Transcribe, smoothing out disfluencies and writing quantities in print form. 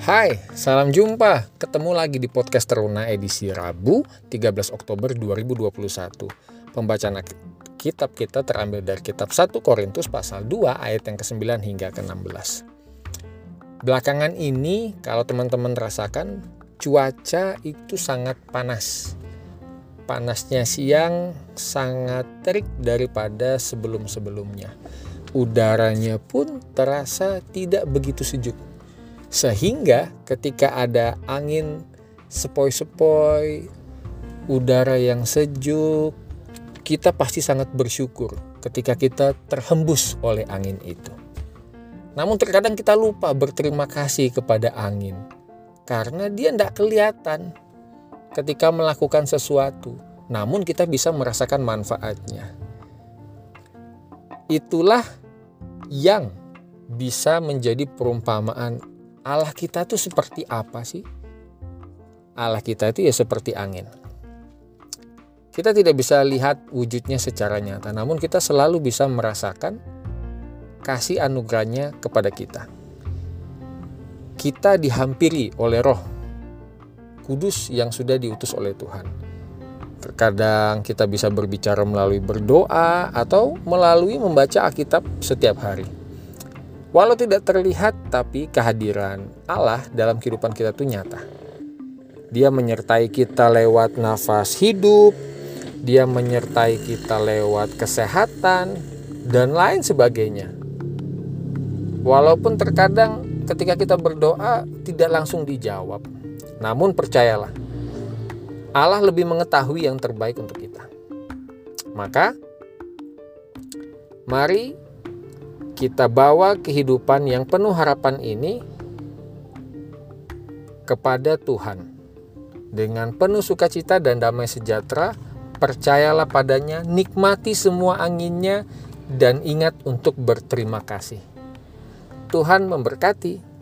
Hai, salam jumpa. Ketemu lagi di podcast Teruna edisi Rabu 13 Oktober 2021. Pembacaan kitab kita terambil dari kitab 1 Korintus pasal 2 ayat yang ke-9 hingga ke-16. Belakangan ini kalau teman-teman rasakan cuaca itu sangat panas. Panasnya siang sangat terik daripada sebelum-sebelumnya. Udaranya pun terasa tidak begitu sejuk. Sehingga ketika ada angin sepoi-sepoi, udara yang sejuk, kita pasti sangat bersyukur ketika kita terhembus oleh angin itu. Namun terkadang kita lupa berterima kasih kepada angin karena dia tidak kelihatan ketika melakukan sesuatu, namun kita bisa merasakan manfaatnya. Itulah yang bisa menjadi perumpamaan Allah kita tuh seperti apa sih? Allah kita itu ya seperti angin. Kita tidak bisa lihat wujudnya secara nyata, namun kita selalu bisa merasakan kasih anugerahnya kepada kita. Kita dihampiri oleh Roh Kudus yang sudah diutus oleh Tuhan. Terkadang kita bisa berbicara melalui berdoa atau melalui membaca Alkitab setiap hari. Walau tidak terlihat, tapi kehadiran Allah dalam kehidupan kita itu nyata. Dia menyertai kita lewat nafas hidup, dia menyertai kita lewat kesehatan, dan lain sebagainya. Walaupun terkadang ketika kita berdoa tidak langsung dijawab, namun percayalah, Allah lebih mengetahui yang terbaik untuk kita. Maka, mari kita bawa kehidupan yang penuh harapan ini kepada Tuhan. Dengan penuh sukacita dan damai sejahtera, percayalah padanya, nikmati semua anginnya, dan ingat untuk berterima kasih. Tuhan memberkati.